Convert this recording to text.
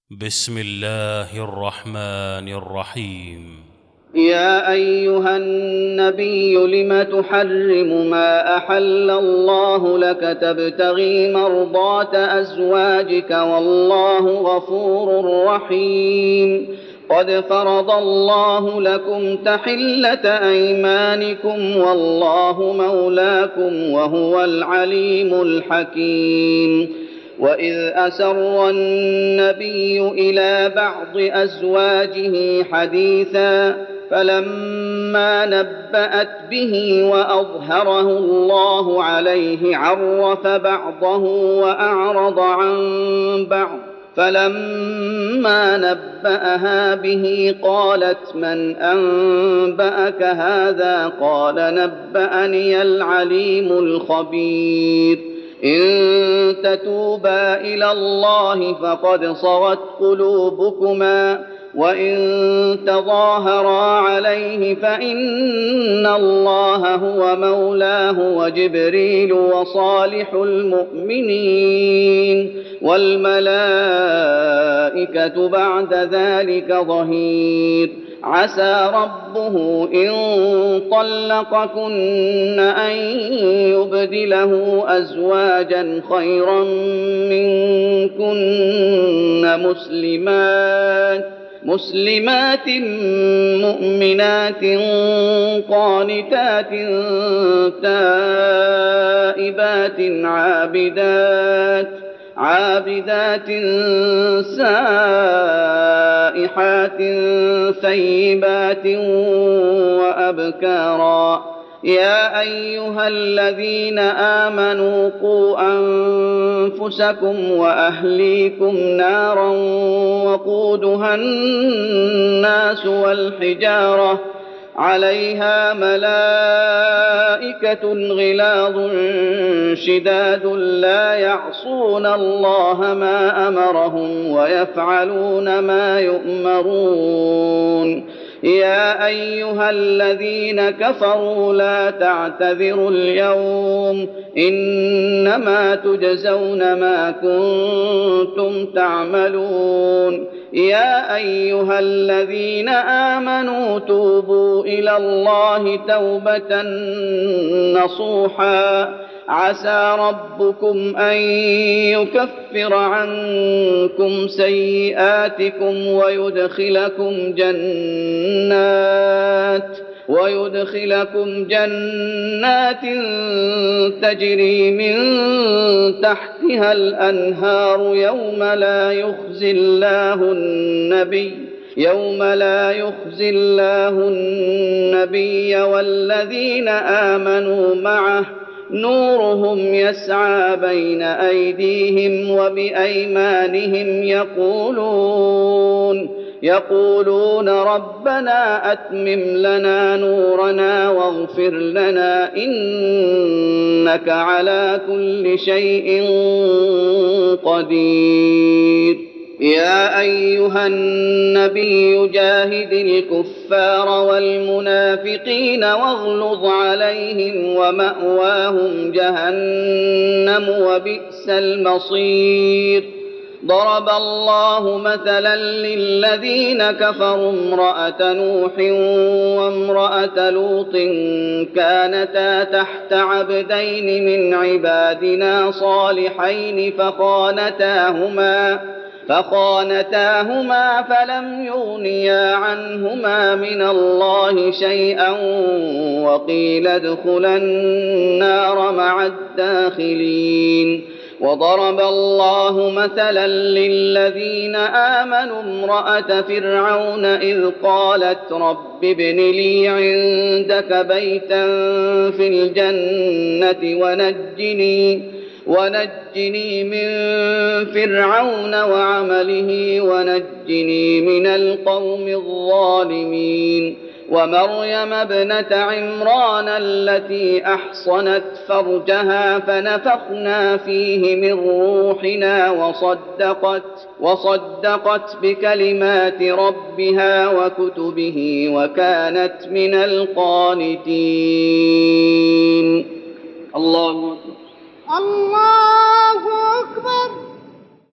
بسم الله الرحمن الرحيم. يا أيها النبي لم تحرم ما أحل الله لك تبتغي مرضات أزواجك والله غفور رحيم. قد فرض الله لكم تحلة أيمانكم والله مولاكم وهو العليم الحكيم. وإذ أسر النبي إلى بعض أزواجه حديثا فلما نبأت به وأظهره الله عليه عرف بعضه وأعرض عن بعض فلما نبأها به قالت من أنبأك هذا قال نبأني العليم الخبير. إن تتوبا إلى الله فقد صغت قلوبكما وإن تظاهرا عليه فإن الله هو مولاه وجبريل وصالح المؤمنين والملائكة بعد ذلك ظهير. عسى ربه إن طلقكن أن يبدله أزواجا خيرا منكن مسلمات مؤمنات قانتات تائبات عابدات سائحات ثيبات وأبكارا. يا أيها الذين آمنوا قوا أنفسكم وأهليكم نارا وقودها الناس والحجارة عليها ملائكة غلاظ شداد لا يعصون الله ما أمرهم ويفعلون ما يؤمرون. يا أيها الذين كفروا لا تعتذروا اليوم إنما تجزون ما كنتم تعملون. يا أيها الذين آمنوا توبوا إلى الله توبة نصوحا عسى ربكم أن يكفر عنكم سيئاتكم ويدخلكم جنات تجري من تحتها الأنهار يوم لا يخزي الله النبي والذين آمنوا معه نورهم يسعى بين أيديهم وبأيمانهم يقولون ربنا أتمم لنا نورنا واغفر لنا إنك على كل شيء قدير. يا أيها النبي جاهد الكفار والمنافقين واغلظ عليهم ومأواهم جهنم وبئس المصير. ضرب الله مثلا للذين كفروا امرأة نوح وامرأة لوط كانتا تحت عبدين من عبادنا صالحين فخانتاهما فلم يغنيا عنهما من الله شيئا وقيل ادخلا النار مع الداخلين. وضرب الله مثلا للذين آمنوا امرأة فرعون إذ قالت رب ابن لي عندك بيتا في الجنة ونجني من فرعون وعمله ونجني من القوم الظالمين. ومريم ابنة عمران التي أحصنت فرجها فنفخنا فيه من روحنا وصدقت بكلمات ربها وكتبه وكانت من القانتين. الله أكبر.